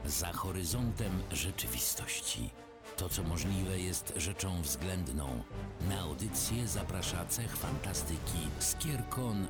Za horyzontem rzeczywistości. To, co możliwe, jest rzeczą względną. Na audycję zaprasza cech fantastyki Skierkon.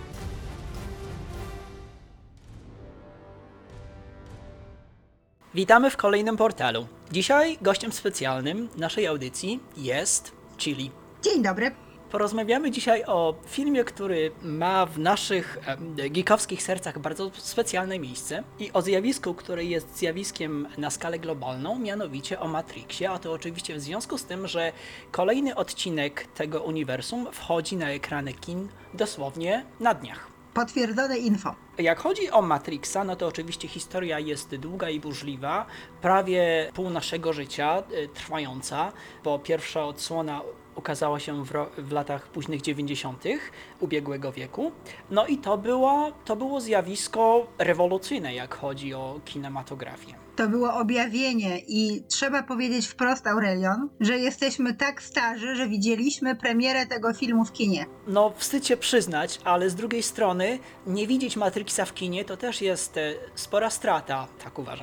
Witamy w kolejnym portalu. Dzisiaj gościem specjalnym naszej audycji jest Chili. Dzień dobry. Porozmawiamy dzisiaj o filmie, który ma w naszych geekowskich sercach bardzo specjalne miejsce i o zjawisku, które jest zjawiskiem na skalę globalną, mianowicie o Matrixie, a to oczywiście w związku z tym, że kolejny odcinek tego uniwersum wchodzi na ekrany kin dosłownie na dniach. Potwierdzone info. Jak chodzi o Matrixa, no to oczywiście historia jest długa i burzliwa, prawie pół naszego życia trwająca, bo pierwsza odsłona ukazała się w latach późnych 90. ubiegłego wieku. No i to było zjawisko rewolucyjne, jak chodzi o kinematografię. To było objawienie i trzeba powiedzieć wprost, Aurelion, że jesteśmy tak starzy, że widzieliśmy premierę tego filmu w kinie. No, wstyd się przyznać, ale z drugiej strony nie widzieć Matrixa w kinie to też jest spora strata, tak uważam.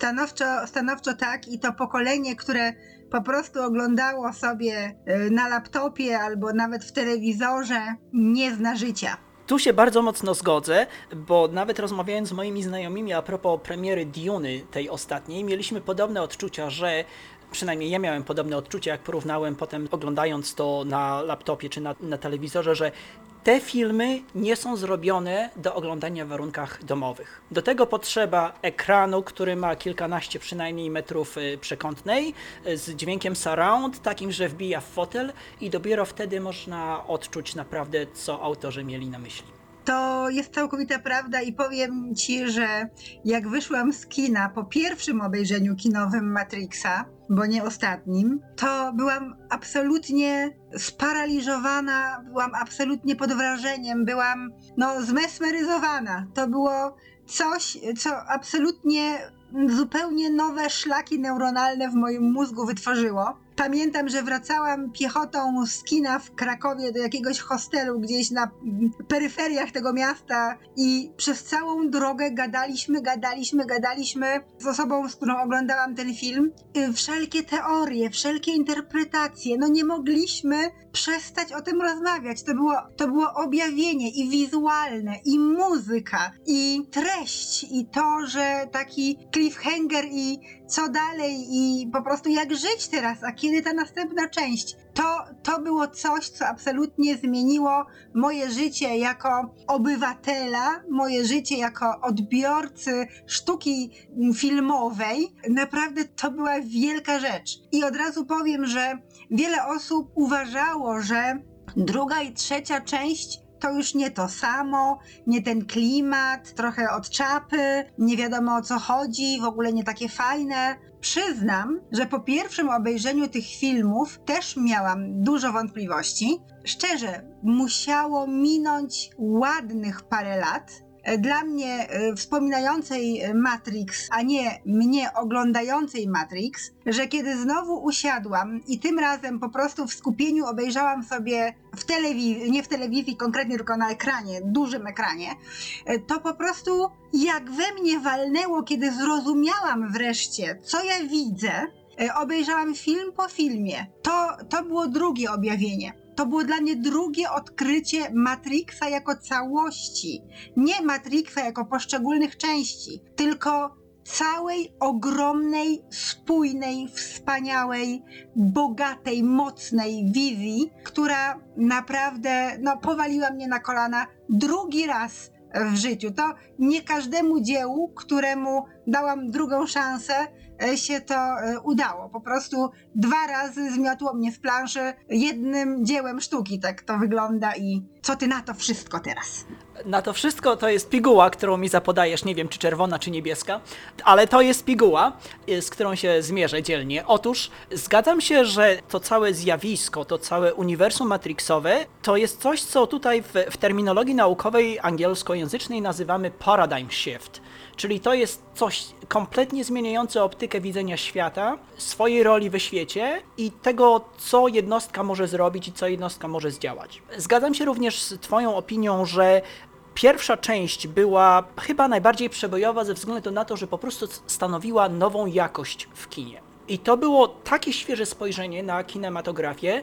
Stanowczo tak, i to pokolenie, które po prostu oglądało sobie na laptopie albo nawet w telewizorze, nie zna życia. Tu się bardzo mocno zgodzę, bo nawet rozmawiając z moimi znajomymi a propos premiery Duny, tej ostatniej, mieliśmy podobne odczucia, przynajmniej ja miałem podobne odczucia, jak porównałem potem oglądając to na laptopie czy na telewizorze, że te filmy nie są zrobione do oglądania w warunkach domowych. Do tego potrzeba ekranu, który ma kilkanaście przynajmniej metrów przekątnej, z dźwiękiem surround, takim, że wbija w fotel i dopiero wtedy można odczuć naprawdę, co autorzy mieli na myśli. To jest całkowita prawda i powiem Ci, że jak wyszłam z kina po pierwszym obejrzeniu kinowym Matrixa, bo nie ostatnim, to byłam absolutnie sparaliżowana, byłam absolutnie pod wrażeniem, byłam zmesmeryzowana. To było coś, co absolutnie zupełnie nowe szlaki neuronalne w moim mózgu wytworzyło. Pamiętam, że wracałam piechotą z kina w Krakowie do jakiegoś hostelu gdzieś na peryferiach tego miasta i przez całą drogę gadaliśmy z osobą, z którą oglądałam ten film. Wszelkie teorie, wszelkie interpretacje, nie mogliśmy przestać o tym rozmawiać. To było objawienie i wizualne, i muzyka, i treść, i to, że taki cliffhanger i co dalej i po prostu jak żyć teraz, a kiedy ta następna część. To było coś, co absolutnie zmieniło moje życie jako obywatela, moje życie jako odbiorcy sztuki filmowej. Naprawdę to była wielka rzecz. I od razu powiem, że wiele osób uważało, że druga i trzecia część to już nie to samo, nie ten klimat, trochę od czapy, nie wiadomo o co chodzi, w ogóle nie takie fajne. Przyznam, że po pierwszym obejrzeniu tych filmów też miałam dużo wątpliwości. Szczerze, musiało minąć ładnych parę lat. Dla mnie wspominającej Matrix, a nie mnie oglądającej Matrix, że kiedy znowu usiadłam i tym razem po prostu w skupieniu obejrzałam sobie w telewizji, nie w telewizji konkretnie, tylko na ekranie, dużym ekranie, to po prostu jak we mnie walnęło, kiedy zrozumiałam wreszcie, co ja widzę, obejrzałam film po filmie. To było drugie objawienie. To było dla mnie drugie odkrycie Matrixa jako całości. Nie Matrixa jako poszczególnych części, tylko całej ogromnej, spójnej, wspaniałej, bogatej, mocnej wizji, która naprawdę powaliła mnie na kolana drugi raz w życiu. To nie każdemu dziełu, któremu dałam drugą szansę, się to udało. Po prostu 2 razy zmiotło mnie z planszy jednym dziełem sztuki. Tak to wygląda i co ty na to wszystko teraz? Na to wszystko to jest piguła, którą mi zapodajesz, nie wiem czy czerwona, czy niebieska, ale to jest piguła, z którą się zmierzę dzielnie. Otóż zgadzam się, że to całe zjawisko, to całe uniwersum matrixowe, to jest coś, co tutaj w terminologii naukowej angielskojęzycznej nazywamy paradigm shift. Czyli to jest coś kompletnie zmieniające optykę widzenia świata, swojej roli we świecie i tego, co jednostka może zrobić i co jednostka może zdziałać. Zgadzam się również z Twoją opinią, że Pierwsza część była chyba najbardziej przebojowa ze względu na to, że po prostu stanowiła nową jakość w kinie. I to było takie świeże spojrzenie na kinematografię,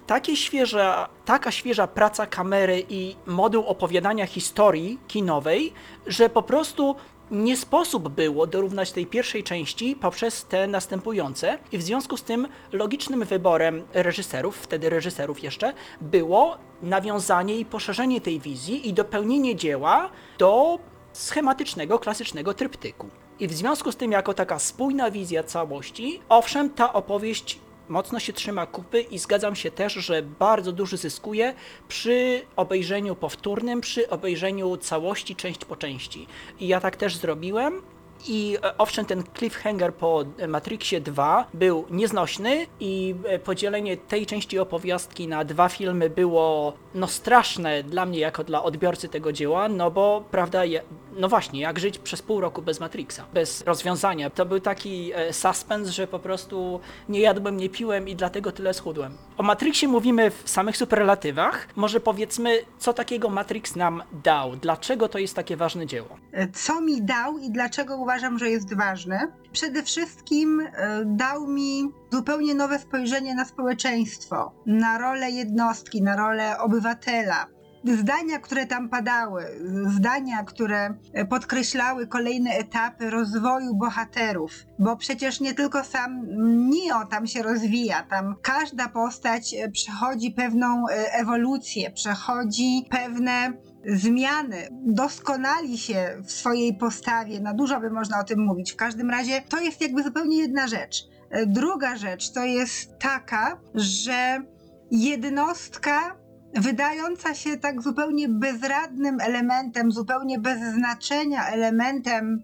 taka świeża praca kamery i moduł opowiadania historii kinowej, że po prostu nie sposób było dorównać tej pierwszej części poprzez te następujące i w związku z tym logicznym wyborem reżyserów, wtedy reżyserów jeszcze, było nawiązanie i poszerzenie tej wizji i dopełnienie dzieła do schematycznego, klasycznego tryptyku. I w związku z tym, jako taka spójna wizja całości, owszem, ta opowieść mocno się trzyma kupy i zgadzam się też, że bardzo dużo zyskuje przy obejrzeniu powtórnym, przy obejrzeniu całości część po części. I ja tak też zrobiłem. I owszem, ten cliffhanger po Matrixie 2 był nieznośny i podzielenie tej części opowiastki na 2 filmy było straszne dla mnie jako dla odbiorcy tego dzieła, no bo prawda, no właśnie, jak żyć przez pół roku bez Matrixa, bez rozwiązania. To był taki suspens, że po prostu nie jadłem, nie piłem i dlatego tyle schudłem. O Matrixie mówimy w samych superlatywach. Może powiedzmy, co takiego Matrix nam dał? Dlaczego to jest takie ważne dzieło? Co mi dał i dlaczego uważam, że jest ważne? Przede wszystkim dał mi zupełnie nowe spojrzenie na społeczeństwo, na rolę jednostki, na rolę obywatela. Zdania, które tam padały, zdania, które podkreślały kolejne etapy rozwoju bohaterów, bo przecież nie tylko sam Neo tam się rozwija, tam każda postać przechodzi pewną ewolucję, przechodzi pewne zmiany, doskonali się w swojej postawie, na dużo by można o tym mówić. W każdym razie to jest jakby zupełnie jedna rzecz. Druga rzecz to jest taka, że jednostka wydająca się tak zupełnie bezradnym elementem, zupełnie bez znaczenia elementem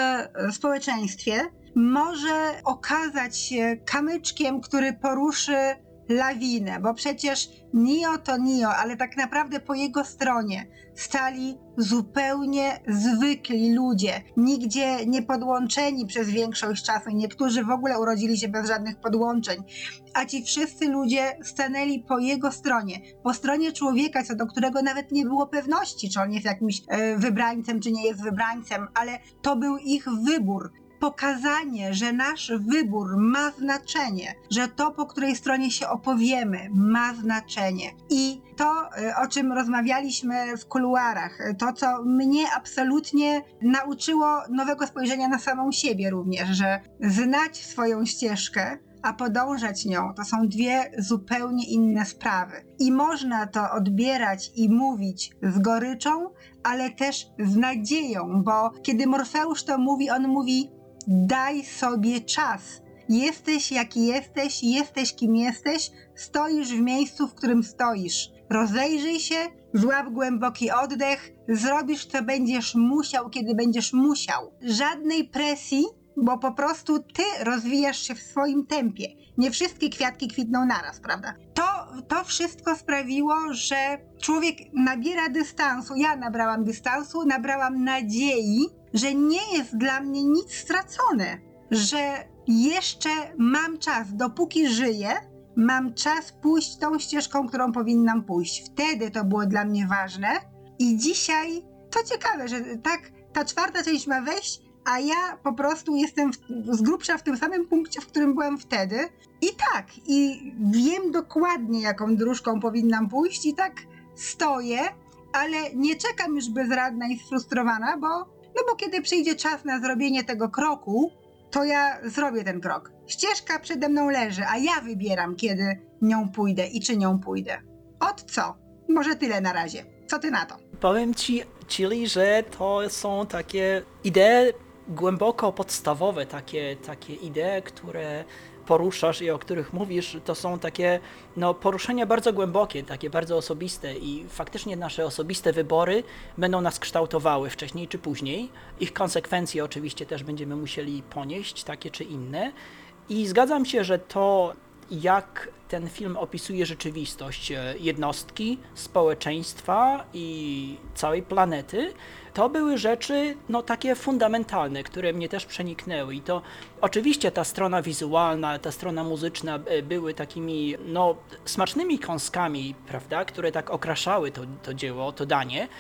w społeczeństwie, może okazać się kamyczkiem, który poruszy lawinę, bo przecież Neo to Neo, ale tak naprawdę po jego stronie stali zupełnie zwykli ludzie, nigdzie nie podłączeni przez większość czasu, niektórzy w ogóle urodzili się bez żadnych podłączeń, a ci wszyscy ludzie stanęli po jego stronie, po stronie człowieka, co do którego nawet nie było pewności, czy on jest jakimś wybrańcem, czy nie jest wybrańcem, ale to był ich wybór. Pokazanie, że nasz wybór ma znaczenie, że to, po której stronie się opowiemy, ma znaczenie. I to, o czym rozmawialiśmy w kuluarach, to, co mnie absolutnie nauczyło nowego spojrzenia na samą siebie również, że znać swoją ścieżkę, a podążać nią, to są dwie zupełnie inne sprawy. I można to odbierać i mówić z goryczą, ale też z nadzieją, bo kiedy Morfeusz to mówi, on mówi: daj sobie czas. Jesteś jaki jesteś, jesteś kim jesteś, stoisz w miejscu, w którym stoisz. Rozejrzyj się, złap głęboki oddech, zrobisz co będziesz musiał, kiedy będziesz musiał. Żadnej presji, bo po prostu ty rozwijasz się w swoim tempie. Nie wszystkie kwiatki kwitną naraz, prawda? To wszystko sprawiło, że człowiek nabiera dystansu. Ja nabrałam dystansu, nabrałam nadziei, że nie jest dla mnie nic stracone, że jeszcze mam czas, dopóki żyję, mam czas pójść tą ścieżką, którą powinnam pójść. Wtedy to było dla mnie ważne i dzisiaj to ciekawe, że tak ta czwarta część ma wejść, a ja po prostu jestem z grubsza w tym samym punkcie, w którym byłem wtedy. I tak, i wiem dokładnie, jaką dróżką powinnam pójść i tak stoję, ale nie czekam już bezradna i sfrustrowana, bo kiedy przyjdzie czas na zrobienie tego kroku, to ja zrobię ten krok. Ścieżka przede mną leży, a ja wybieram, kiedy nią pójdę i czy nią pójdę. Od co? Może tyle na razie. Co ty na to? Powiem ci, Chili, że to są takie idee głęboko podstawowe, takie idee, które poruszasz i o których mówisz, to są takie poruszenia bardzo głębokie, takie bardzo osobiste i faktycznie nasze osobiste wybory będą nas kształtowały wcześniej czy później. Ich konsekwencje oczywiście też będziemy musieli ponieść, takie czy inne. I zgadzam się, że to, jak ten film opisuje rzeczywistość jednostki, społeczeństwa i całej planety, to były rzeczy takie fundamentalne, które mnie też przeniknęły. I to oczywiście ta strona wizualna, ta strona muzyczna były takimi smacznymi kąskami, prawda, które tak okraszały to dzieło, to danie,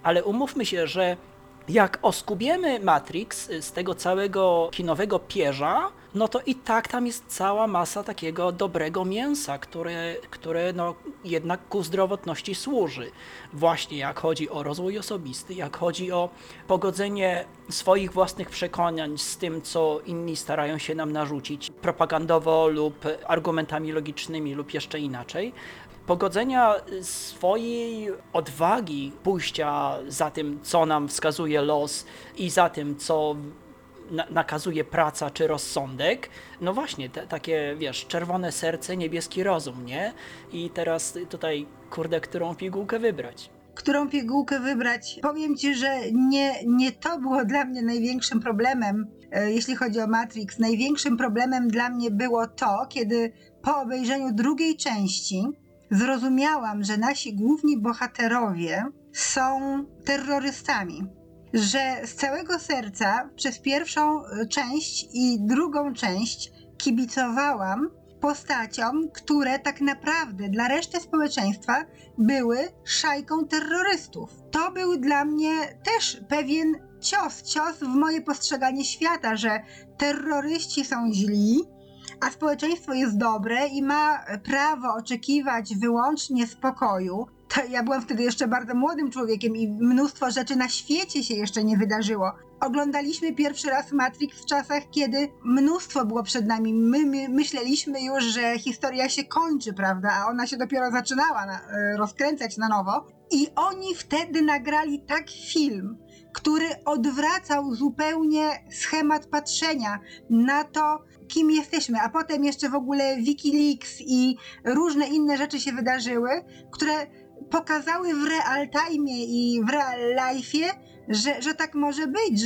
ale umówmy się, że jak oskubiemy Matrix z tego całego kinowego pierza, no to i tak tam jest cała masa takiego dobrego mięsa, które no jednak ku zdrowotności służy. Właśnie jak chodzi o rozwój osobisty, jak chodzi o pogodzenie swoich własnych przekonań z tym, co inni starają się nam narzucić propagandowo lub argumentami logicznymi lub jeszcze inaczej. Pogodzenia swojej odwagi pójścia za tym, co nam wskazuje los i za tym, co nakazuje praca czy rozsądek, no właśnie, takie, wiesz, czerwone serce, niebieski rozum, nie? I teraz tutaj, kurde, którą pigułkę wybrać? Którą pigułkę wybrać? Powiem ci, że nie to było dla mnie największym problemem, jeśli chodzi o Matrix. Największym problemem dla mnie było to, kiedy po obejrzeniu drugiej części zrozumiałam, że nasi główni bohaterowie są terrorystami. Że z całego serca przez pierwszą część i drugą część kibicowałam postaciom, które tak naprawdę dla reszty społeczeństwa były szajką terrorystów. To był dla mnie też pewien cios w moje postrzeganie świata, że terroryści są źli, a społeczeństwo jest dobre i ma prawo oczekiwać wyłącznie spokoju. To ja byłam wtedy jeszcze bardzo młodym człowiekiem i mnóstwo rzeczy na świecie się jeszcze nie wydarzyło. Oglądaliśmy pierwszy raz Matrix w czasach, kiedy mnóstwo było przed nami. My myśleliśmy już, że historia się kończy, prawda, a ona się dopiero zaczynała rozkręcać na nowo. I oni wtedy nagrali tak film, który odwracał zupełnie schemat patrzenia na to, kim jesteśmy, a potem jeszcze w ogóle Wikileaks i różne inne rzeczy się wydarzyły, które pokazały w real time i w real life'ie, że tak może być,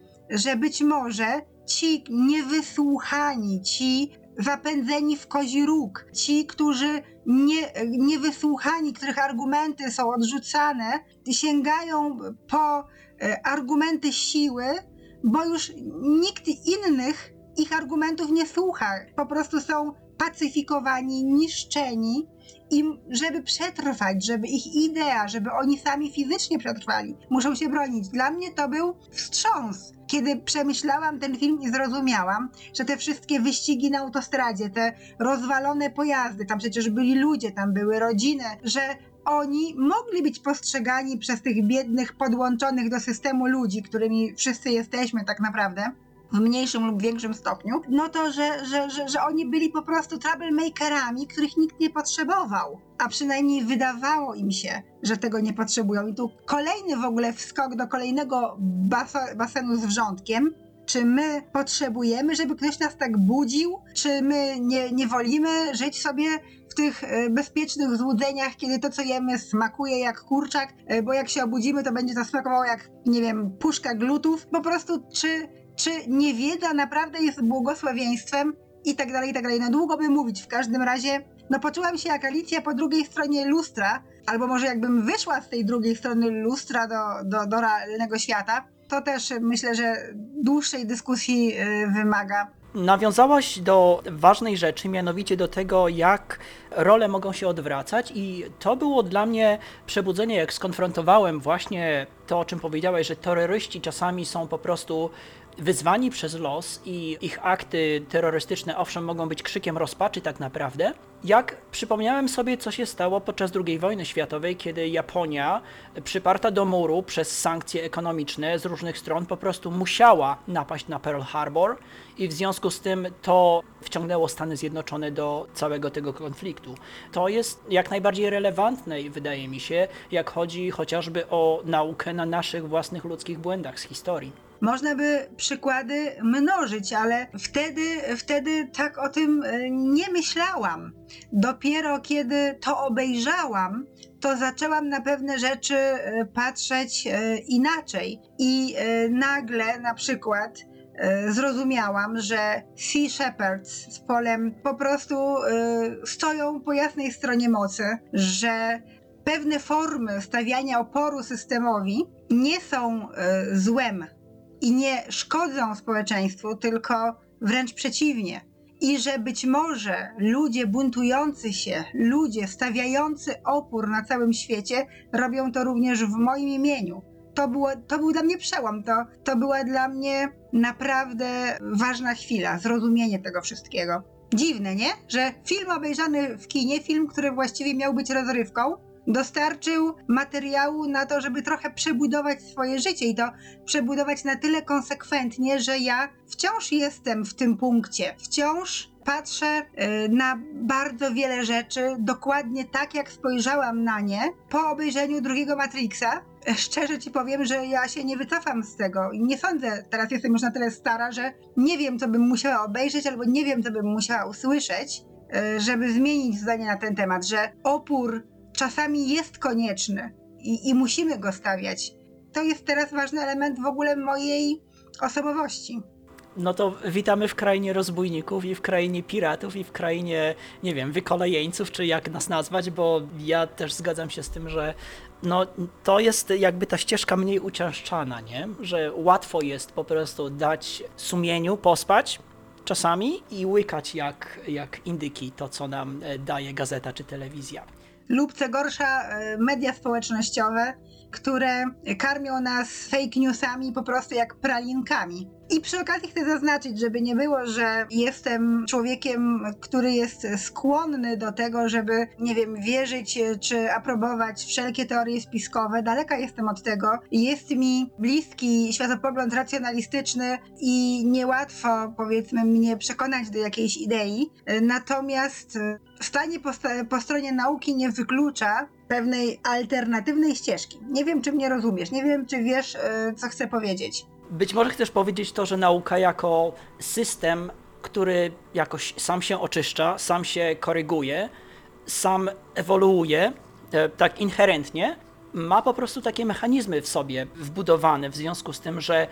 że być może ci niewysłuchani, ci zapędzeni w kozi róg, ci, którzy niewysłuchani, których argumenty są odrzucane, sięgają po argumenty siły, bo już nikt innych ich argumentów nie słucha. Po prostu są pacyfikowani, niszczeni i żeby przetrwać, żeby ich idea, żeby oni sami fizycznie przetrwali, muszą się bronić. Dla mnie to był wstrząs, kiedy przemyślałam ten film i zrozumiałam, że te wszystkie wyścigi na autostradzie, te rozwalone pojazdy, tam przecież byli ludzie, tam były rodziny, że oni mogli być postrzegani przez tych biednych, podłączonych do systemu ludzi, którymi wszyscy jesteśmy tak naprawdę, w mniejszym lub większym stopniu, no to, że oni byli po prostu troublemakerami, których nikt nie potrzebował, a przynajmniej wydawało im się, że tego nie potrzebują. I tu kolejny w ogóle wskok do kolejnego basenu z wrzątkiem. Czy my potrzebujemy, żeby ktoś nas tak budził? Czy my nie wolimy żyć sobie w tych bezpiecznych złudzeniach, kiedy to, co jemy, smakuje jak kurczak, bo jak się obudzimy, to będzie to smakowało jak, nie wiem, puszka glutów? Po prostu, czy niewiedza naprawdę jest błogosławieństwem? I tak dalej, i tak dalej. No długo by mówić. W każdym razie, no poczułam się jak Alicja po drugiej stronie lustra, albo może jakbym wyszła z tej drugiej strony lustra do realnego świata. To też myślę, że dłuższej dyskusji wymaga. Nawiązałaś do ważnej rzeczy, mianowicie do tego, jak role mogą się odwracać, i to było dla mnie przebudzenie, jak skonfrontowałem właśnie to, o czym powiedziałeś, że terroryści czasami są po prostu wyzwani przez los i ich akty terrorystyczne owszem mogą być krzykiem rozpaczy tak naprawdę. Jak przypomniałem sobie, co się stało podczas II wojny światowej, kiedy Japonia, przyparta do muru przez sankcje ekonomiczne z różnych stron, po prostu musiała napaść na Pearl Harbor i w związku z tym to wciągnęło Stany Zjednoczone do całego tego konfliktu. To jest jak najbardziej relevantne, wydaje mi się, jak chodzi chociażby o naukę na naszych własnych ludzkich błędach z historii. Można by przykłady mnożyć, ale wtedy tak o tym nie myślałam. Dopiero kiedy to obejrzałam, to zaczęłam na pewne rzeczy patrzeć inaczej. I nagle na przykład zrozumiałam, że Sea Shepherds z Polem po prostu stoją po jasnej stronie mocy, że pewne formy stawiania oporu systemowi nie są złem i nie szkodzą społeczeństwu, tylko wręcz przeciwnie. I że być może ludzie buntujący się, ludzie stawiający opór na całym świecie robią to również w moim imieniu. to był dla mnie przełom, to była dla mnie naprawdę ważna chwila, zrozumienie tego wszystkiego. Dziwne, nie? Że film obejrzany w kinie, film, który właściwie miał być rozrywką, dostarczył materiału na to, żeby trochę przebudować swoje życie i to przebudować na tyle konsekwentnie, że ja wciąż jestem w tym punkcie. Wciąż patrzę na bardzo wiele rzeczy dokładnie tak, jak spojrzałam na nie po obejrzeniu drugiego Matrixa. Szczerze ci powiem, że ja się nie wycofam z tego i nie sądzę, teraz jestem już na tyle stara, że nie wiem, co bym musiała obejrzeć albo nie wiem, co bym musiała usłyszeć, żeby zmienić zdanie na ten temat, że opór czasami jest konieczny i musimy go stawiać. To jest teraz ważny element w ogóle mojej osobowości. No to witamy w krainie rozbójników i w krainie piratów i w krainie, nie wiem, wykolejeńców, czy jak nas nazwać, bo ja też zgadzam się z tym, że no to jest jakby ta ścieżka mniej uciążczana, nie? Że łatwo jest po prostu dać sumieniu pospać czasami i łykać jak indyki to, co nam daje gazeta czy telewizja. Lub co gorsza, media społecznościowe, które karmią nas fake newsami po prostu jak pralinkami. I przy okazji chcę zaznaczyć, żeby nie było, że jestem człowiekiem, który jest skłonny do tego, żeby, nie wiem, wierzyć czy aprobować wszelkie teorie spiskowe. Daleka jestem od tego. Jest mi bliski światopogląd racjonalistyczny i niełatwo, powiedzmy, mnie przekonać do jakiejś idei. Natomiast stanie po stronie nauki nie wyklucza pewnej alternatywnej ścieżki. Nie wiem, czy mnie rozumiesz, nie wiem, czy wiesz, co chcę powiedzieć. Być może chcesz powiedzieć to, że nauka jako system, który jakoś sam się oczyszcza, sam się koryguje, sam ewoluuje, tak inherentnie, ma po prostu takie mechanizmy w sobie wbudowane, w związku z tym, że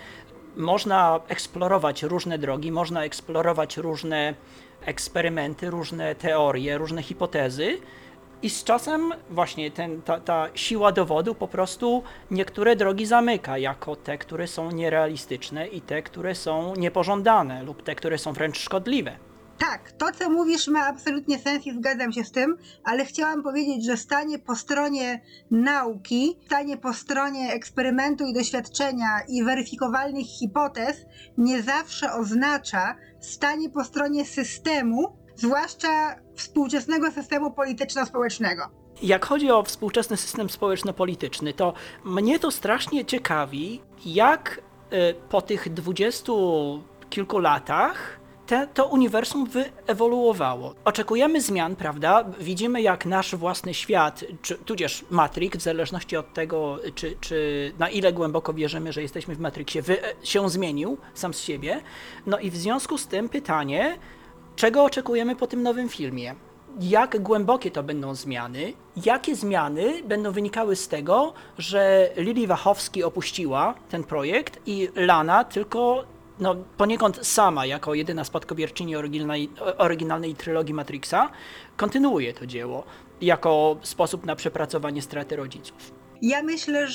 można eksplorować różne drogi, można eksplorować różne eksperymenty, różne teorie, różne hipotezy, i z czasem właśnie ta siła dowodu po prostu niektóre drogi zamyka jako te, które są nierealistyczne i te, które są niepożądane lub te, które są wręcz szkodliwe. Tak, to co mówisz ma absolutnie sens i zgadzam się z tym, ale chciałam powiedzieć, że stanie po stronie nauki, stanie po stronie eksperymentu i doświadczenia i weryfikowalnych hipotez nie zawsze oznacza stanie po stronie systemu, zwłaszcza współczesnego systemu polityczno-społecznego. Jak chodzi o współczesny system społeczno-polityczny, to mnie to strasznie ciekawi, jak po tych 20 kilku latach to uniwersum wyewoluowało. Oczekujemy zmian, prawda? Widzimy, jak nasz własny świat, tudzież Matrix, w zależności od tego, czy na ile głęboko wierzymy, że jesteśmy w Matrixie, się zmienił sam z siebie. No i w związku z tym pytanie, czego oczekujemy po tym nowym filmie? Jak głębokie to będą zmiany? Jakie zmiany będą wynikały z tego, że Lili Wachowski opuściła ten projekt i Lana tylko poniekąd sama, jako jedyna spadkobierczyni oryginalnej trylogii Matrixa, kontynuuje to dzieło jako sposób na przepracowanie straty rodziców? Ja myślę,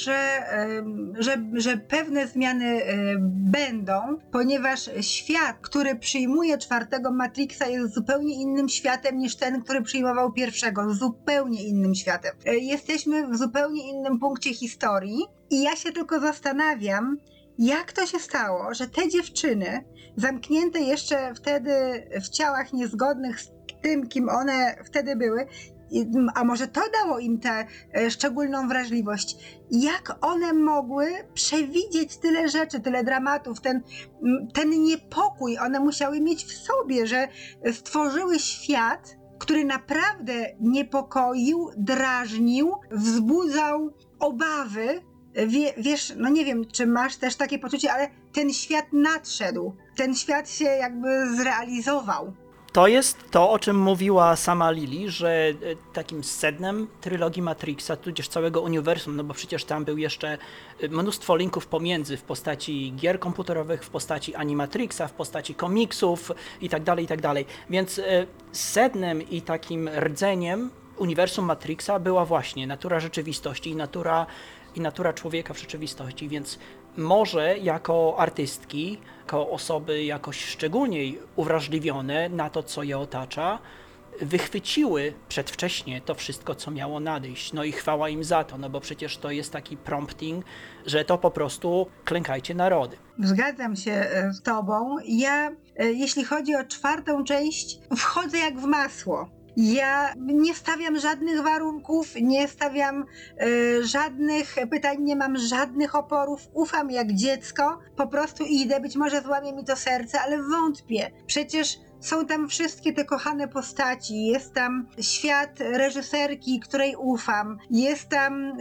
że pewne zmiany będą, ponieważ świat, który przyjmuje czwartego Matrixa, jest zupełnie innym światem niż ten, który przyjmował pierwszego. Zupełnie innym światem. Jesteśmy w zupełnie innym punkcie historii i ja się tylko zastanawiam, jak to się stało, że te dziewczyny, zamknięte jeszcze wtedy w ciałach niezgodnych z tym, kim one wtedy były, a może to dało im tę szczególną wrażliwość, jak one mogły przewidzieć tyle rzeczy, tyle dramatów, ten niepokój one musiały mieć w sobie, że stworzyły świat, który naprawdę niepokoił, drażnił, wzbudzał obawy. Wiesz, no nie wiem, czy masz też takie poczucie, ale ten świat nadszedł, ten świat się jakby zrealizował. To jest to, o czym mówiła sama Lili, że takim sednem trylogii Matrixa, tudzież całego uniwersum, no bo przecież tam był jeszcze mnóstwo linków pomiędzy w postaci gier komputerowych, w postaci Animatrixa, w postaci komiksów itd., itd. Więc sednem i takim rdzeniem uniwersum Matrixa była właśnie natura rzeczywistości i natura człowieka w rzeczywistości, więc może jako artystki, jako osoby jakoś szczególnie uwrażliwione na to, co je otacza, wychwyciły przedwcześnie to wszystko, co miało nadejść. No i chwała im za to, no bo przecież to jest taki prompting, że to po prostu klękajcie narody. Zgadzam się z tobą. Ja, jeśli chodzi o 4. część, wchodzę jak w masło. Ja nie stawiam żadnych warunków, nie stawiam żadnych pytań, nie mam żadnych oporów, ufam jak dziecko, po prostu idę, być może złamie mi to serce, ale wątpię. Przecież są tam wszystkie te kochane postaci, jest tam świat reżyserki, której ufam, jest tam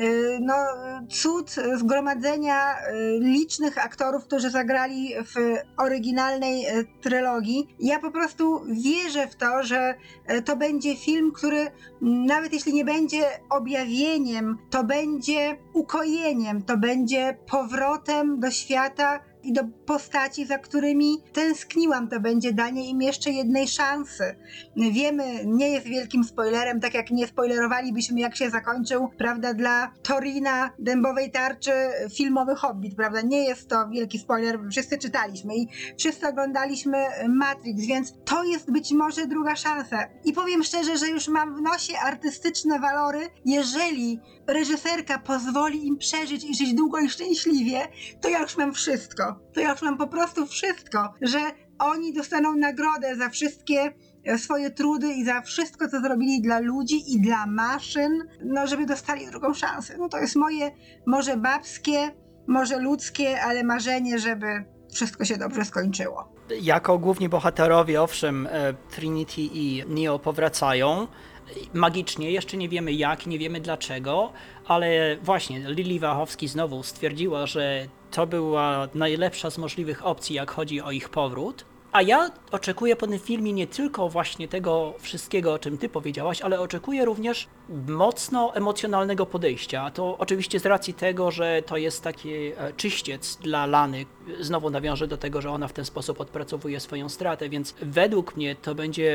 cud zgromadzenia licznych aktorów, którzy zagrali w oryginalnej trylogii. Ja po prostu wierzę w to, że to będzie film, który nawet jeśli nie będzie objawieniem, to będzie ukojeniem, to będzie powrotem do świata i do postaci, za którymi tęskniłam. To będzie danie im jeszcze jednej szansy. Wiemy, nie jest wielkim spoilerem, tak jak nie spoilerowalibyśmy, jak się zakończył, prawda, dla Torina Dębowej Tarczy filmowy Hobbit, prawda? Nie jest to wielki spoiler, wszyscy czytaliśmy i wszyscy oglądaliśmy Matrix, więc to jest być może druga szansa. I powiem szczerze, że już mam w nosie artystyczne walory. Jeżeli reżyserka pozwoli im przeżyć i żyć długo i szczęśliwie, to ja już mam wszystko. To ja już mam po prostu wszystko, że oni dostaną nagrodę za wszystkie swoje trudy i za wszystko, co zrobili dla ludzi i dla maszyn, no żeby dostali drugą szansę. No to jest moje, może babskie, może ludzkie, ale marzenie, żeby wszystko się dobrze skończyło. Jako główni bohaterowie, owszem, Trinity i Neo powracają. Magicznie, jeszcze nie wiemy jak, nie wiemy dlaczego, ale właśnie Lili Wachowski znowu stwierdziła, że to była najlepsza z możliwych opcji, jak chodzi o ich powrót. A ja oczekuję po tym filmie nie tylko właśnie tego wszystkiego, o czym ty powiedziałaś, ale oczekuję również mocno emocjonalnego podejścia. A to oczywiście z racji tego, że to jest taki czyściec dla Lany. Znowu nawiążę do tego, że ona w ten sposób odpracowuje swoją stratę, więc według mnie to będzie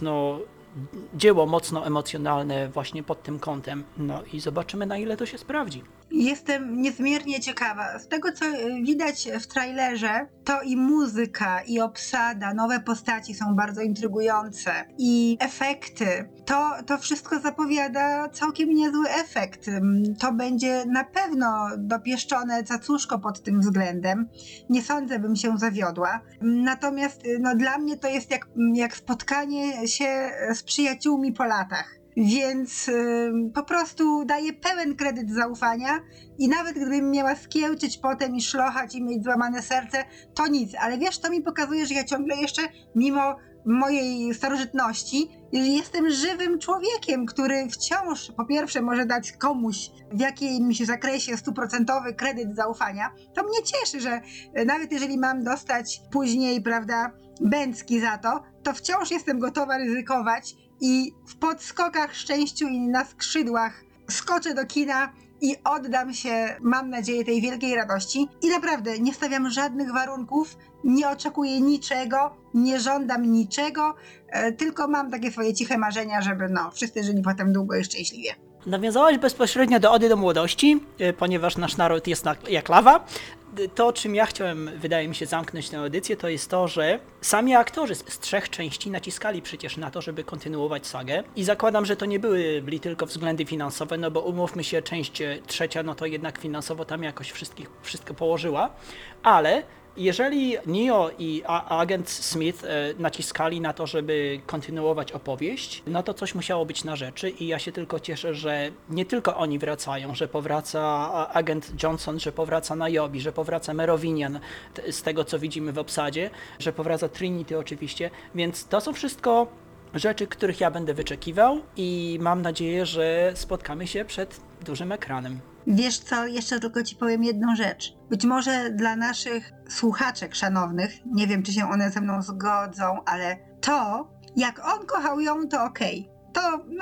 dzieło mocno emocjonalne właśnie pod tym kątem. No i zobaczymy, na ile to się sprawdzi. Jestem niezmiernie ciekawa. Z tego, co widać w trailerze, to i muzyka, i obsada, nowe postaci są bardzo intrygujące. I efekty. To wszystko zapowiada całkiem niezły efekt. To będzie na pewno dopieszczone cacuszko pod tym względem. Nie sądzę, bym się zawiodła. Natomiast dla mnie to jest jak spotkanie się z przyjaciółmi po latach. Więc po prostu daję pełen kredyt zaufania i nawet gdybym miała skiełczyć potem i szlochać i mieć złamane serce, to nic. Ale wiesz, to mi pokazuje, że ja ciągle jeszcze, mimo mojej starożytności, jestem żywym człowiekiem, który wciąż po pierwsze może dać komuś w jakimś zakresie 100% kredyt zaufania. To mnie cieszy, że nawet jeżeli mam dostać później, prawda, bęcki za to wciąż jestem gotowa ryzykować i w podskokach szczęściu i na skrzydłach skoczę do kina i oddam się, mam nadzieję, tej wielkiej radości. I naprawdę nie stawiam żadnych warunków, nie oczekuję niczego, nie żądam niczego, tylko mam takie swoje ciche marzenia, żeby wszyscy żyli potem długo i szczęśliwie. Nawiązałaś bezpośrednio do Ody do młodości, ponieważ nasz naród jest jak lawa. To, czym ja chciałem, wydaje mi się, zamknąć tę edycję, to jest to, że sami aktorzy z 3 części naciskali przecież na to, żeby kontynuować sagę i zakładam, że to nie byli tylko względy finansowe, no bo umówmy się, część 3, no to jednak finansowo tam jakoś wszystko położyła, ale jeżeli Neo i agent Smith naciskali na to, żeby kontynuować opowieść, no to coś musiało być na rzeczy i ja się tylko cieszę, że nie tylko oni wracają, że powraca agent Johnson, że powraca Niobe, że powraca Merovingian z tego, co widzimy w obsadzie, że powraca Trinity oczywiście, więc to są wszystko rzeczy, których ja będę wyczekiwał i mam nadzieję, że spotkamy się przed dużym ekranem. Wiesz co, jeszcze tylko ci powiem jedną rzecz. Być może dla naszych słuchaczek szanownych, nie wiem, czy się one ze mną zgodzą, ale to, jak on kochał ją, to okej. To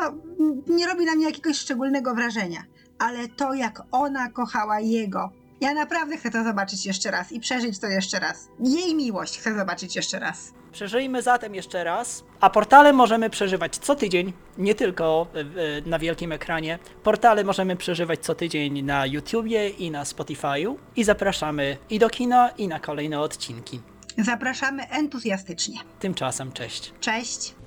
nie robi na mnie jakiegoś szczególnego wrażenia. Ale to, jak ona kochała jego, ja naprawdę chcę to zobaczyć jeszcze raz i przeżyć to jeszcze raz. Jej miłość chcę zobaczyć jeszcze raz. Przeżyjmy zatem jeszcze raz, a portale możemy przeżywać co tydzień, nie tylko na wielkim ekranie. Portale możemy przeżywać co tydzień na YouTubie i na Spotify'u i zapraszamy i do kina, i na kolejne odcinki. Zapraszamy entuzjastycznie. Tymczasem cześć. Cześć.